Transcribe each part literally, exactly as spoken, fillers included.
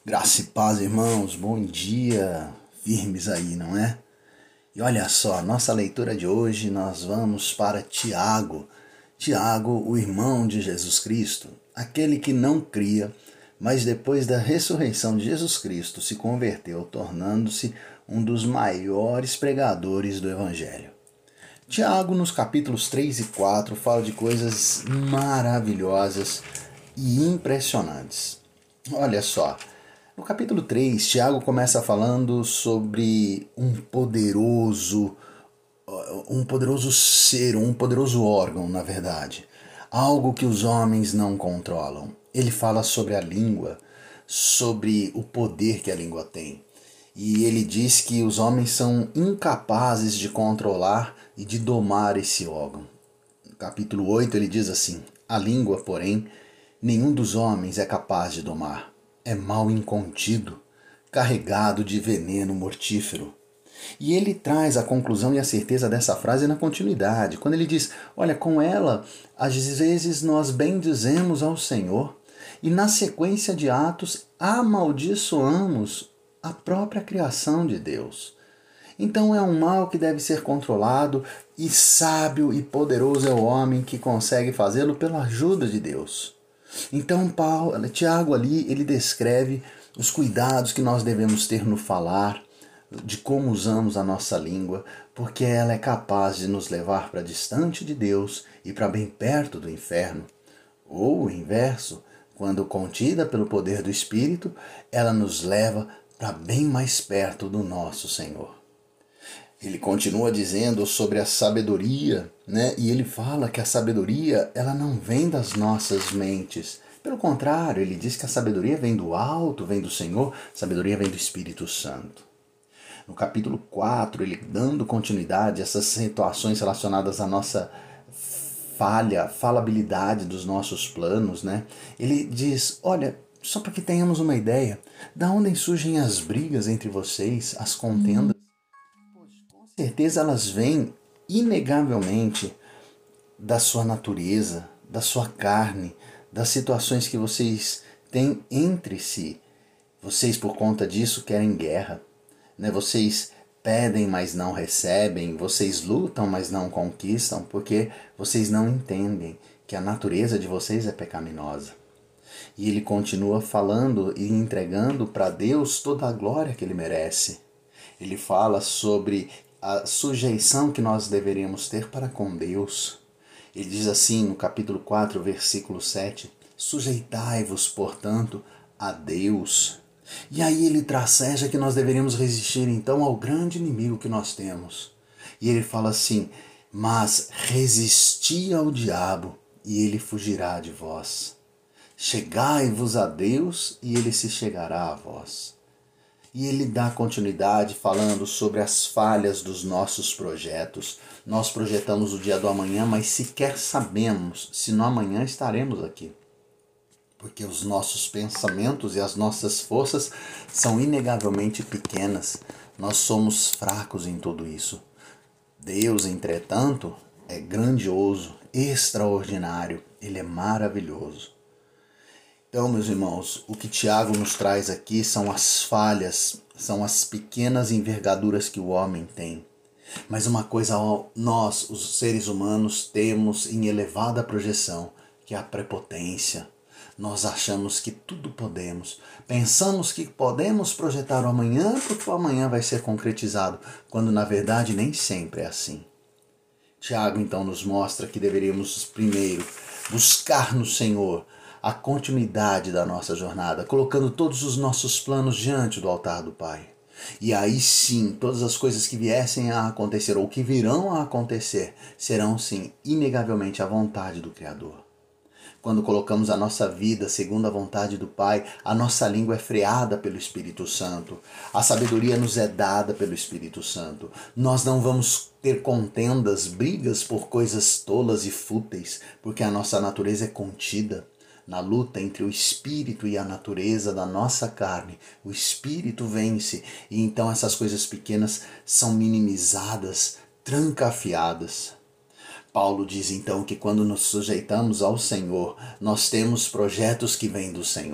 Graça e paz, irmãos, bom dia, firmes aí, não é? E olha só, nossa leitura de hoje nós vamos para Tiago. Tiago, o irmão de Jesus Cristo, aquele que não cria, mas depois da ressurreição de Jesus Cristo se converteu, tornando-se um dos maiores pregadores do Evangelho. Tiago, nos capítulos três e quatro, fala de coisas maravilhosas e impressionantes. Olha só, no capítulo três, Tiago começa falando sobre um poderoso, um poderoso ser, um poderoso órgão, na verdade. Algo que os homens não controlam. Ele fala sobre a língua, sobre o poder que a língua tem. E ele diz que os homens são incapazes de controlar e de domar esse órgão. No capítulo oito ele diz assim: a língua, porém, nenhum dos homens é capaz de domar. É mal incontido, carregado de veneno mortífero. E ele traz a conclusão e a certeza dessa frase na continuidade, quando ele diz: olha, com ela, às vezes nós bendizemos ao Senhor, e na sequência de atos amaldiçoamos a própria criação de Deus. Então é um mal que deve ser controlado, e sábio e poderoso é o homem que consegue fazê-lo pela ajuda de Deus. Então Paulo, Tiago ali, ele descreve os cuidados que nós devemos ter no falar, de como usamos a nossa língua, porque ela é capaz de nos levar para distante de Deus e para bem perto do inferno. Ou o inverso, quando contida pelo poder do Espírito, ela nos leva para bem mais perto do nosso Senhor. Ele continua dizendo sobre a sabedoria, né? E ele fala que a sabedoria ela não vem das nossas mentes. Pelo contrário, ele diz que a sabedoria vem do alto, vem do Senhor, a sabedoria vem do Espírito Santo. No capítulo quatro, ele dando continuidade a essas situações relacionadas à nossa falha, falabilidade dos nossos planos, né? Ele diz, olha, só para que tenhamos uma ideia, da onde surgem as brigas entre vocês, as contendas? Com certeza elas vêm inegavelmente da sua natureza, da sua carne, das situações que vocês têm entre si. Vocês, por conta disso, querem guerra, né? Vocês pedem, mas não recebem. Vocês lutam, mas não conquistam, porque vocês não entendem que a natureza de vocês é pecaminosa. E ele continua falando e entregando para Deus toda a glória que ele merece. Ele fala sobre a sujeição que nós deveríamos ter para com Deus. Ele diz assim no capítulo quatro, versículo sete, sujeitai-vos, portanto, a Deus. E aí ele traceja que nós deveríamos resistir então ao grande inimigo que nós temos. E ele fala assim, mas resisti ao diabo e ele fugirá de vós. Chegai-vos a Deus e ele se chegará a vós. E ele dá continuidade falando sobre as falhas dos nossos projetos. Nós projetamos o dia do amanhã, mas sequer sabemos se no amanhã estaremos aqui. Porque os nossos pensamentos e as nossas forças são inegavelmente pequenas. Nós somos fracos em tudo isso. Deus, entretanto, é grandioso, extraordinário. Ele é maravilhoso. Então, meus irmãos, o que Tiago nos traz aqui são as falhas, são as pequenas envergaduras que o homem tem. Mas uma coisa nós, os seres humanos, temos em elevada projeção, que é a prepotência. Nós achamos que tudo podemos. Pensamos que podemos projetar o amanhã porque o amanhã vai ser concretizado, quando na verdade nem sempre é assim. Tiago então nos mostra que deveríamos primeiro buscar no Senhor a continuidade da nossa jornada, colocando todos os nossos planos diante do altar do Pai. E aí sim, todas as coisas que viessem a acontecer ou que virão a acontecer, serão sim, inegavelmente a vontade do Criador. Quando colocamos a nossa vida segundo a vontade do Pai, a nossa língua é freada pelo Espírito Santo. A sabedoria nos é dada pelo Espírito Santo. Nós não vamos ter contendas, brigas por coisas tolas e fúteis, porque a nossa natureza é contida. Na luta entre o espírito e a natureza da nossa carne, o espírito vence e então essas coisas pequenas são minimizadas, trancafiadas. Paulo diz então que quando nos sujeitamos ao Senhor, nós temos projetos que vêm do Senhor.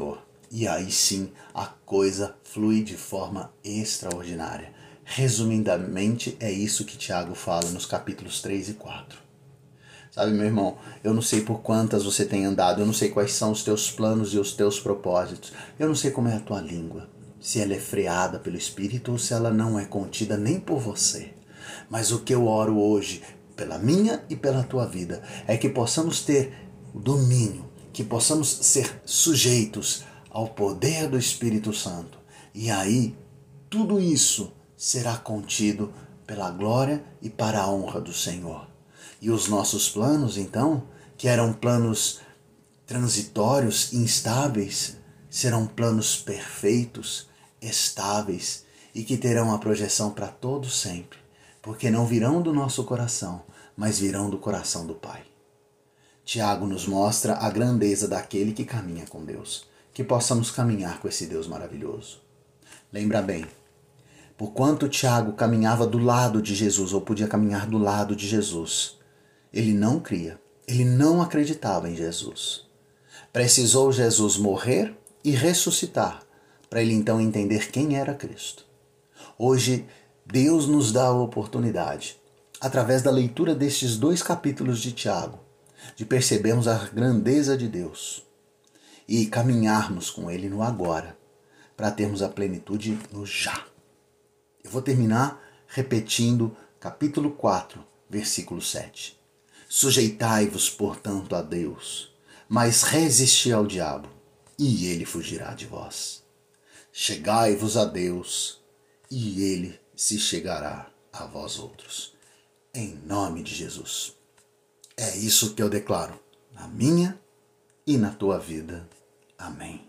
E aí sim a coisa flui de forma extraordinária. Resumidamente, é isso que Tiago fala nos capítulos três e quatro. Sabe, meu irmão, eu não sei por quantas você tem andado, eu não sei quais são os teus planos e os teus propósitos, eu não sei como é a tua língua, se ela é freada pelo Espírito ou se ela não é contida nem por você. Mas o que eu oro hoje, pela minha e pela tua vida, é que possamos ter o domínio, que possamos ser sujeitos ao poder do Espírito Santo. E aí, tudo isso será contido pela glória e para a honra do Senhor. E os nossos planos, então, que eram planos transitórios, instáveis, serão planos perfeitos, estáveis e que terão a projeção para todo sempre, porque não virão do nosso coração, mas virão do coração do Pai. Tiago nos mostra a grandeza daquele que caminha com Deus, que possamos caminhar com esse Deus maravilhoso. Lembra bem, porquanto Tiago caminhava do lado de Jesus, ou podia caminhar do lado de Jesus, ele não cria, ele não acreditava em Jesus. Precisou Jesus morrer e ressuscitar, para ele então entender quem era Cristo. Hoje, Deus nos dá a oportunidade, através da leitura destes dois capítulos de Tiago, de percebermos a grandeza de Deus e caminharmos com Ele no agora, para termos a plenitude no já. Eu vou terminar repetindo capítulo quatro, versículo sete. Sujeitai-vos, portanto, a Deus, mas resisti ao diabo, e ele fugirá de vós. Chegai-vos a Deus, e ele se chegará a vós outros. Em nome de Jesus. É isso que eu declaro na minha e na tua vida. Amém.